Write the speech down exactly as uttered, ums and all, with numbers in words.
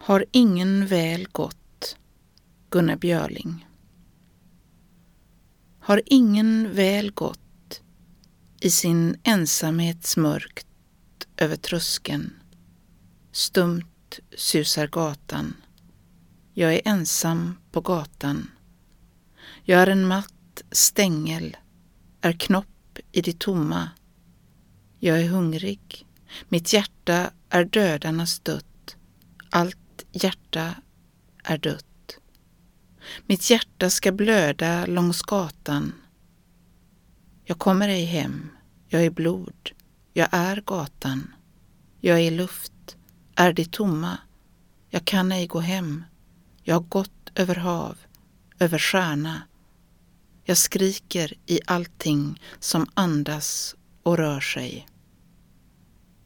Har ingen väl gått, Gunnar Björling. Har ingen väl gått i sin ensamhets mörkt över tröskeln. Stumt susar gatan. Jag är ensam på gatan. Jag är en matt stängel, är knopp i det tomma. Jag är hungrig. Mitt hjärta är dödarnas dött. Allt hjärta är dött. Mitt hjärta ska blöda långs gatan. Jag kommer ej hem. Jag är blod. Jag är gatan. Jag är luft. Är det tomma. Jag kan ej gå hem. Jag har gått över hav. Över stjärna. Jag skriker i allting som andas och rör sig.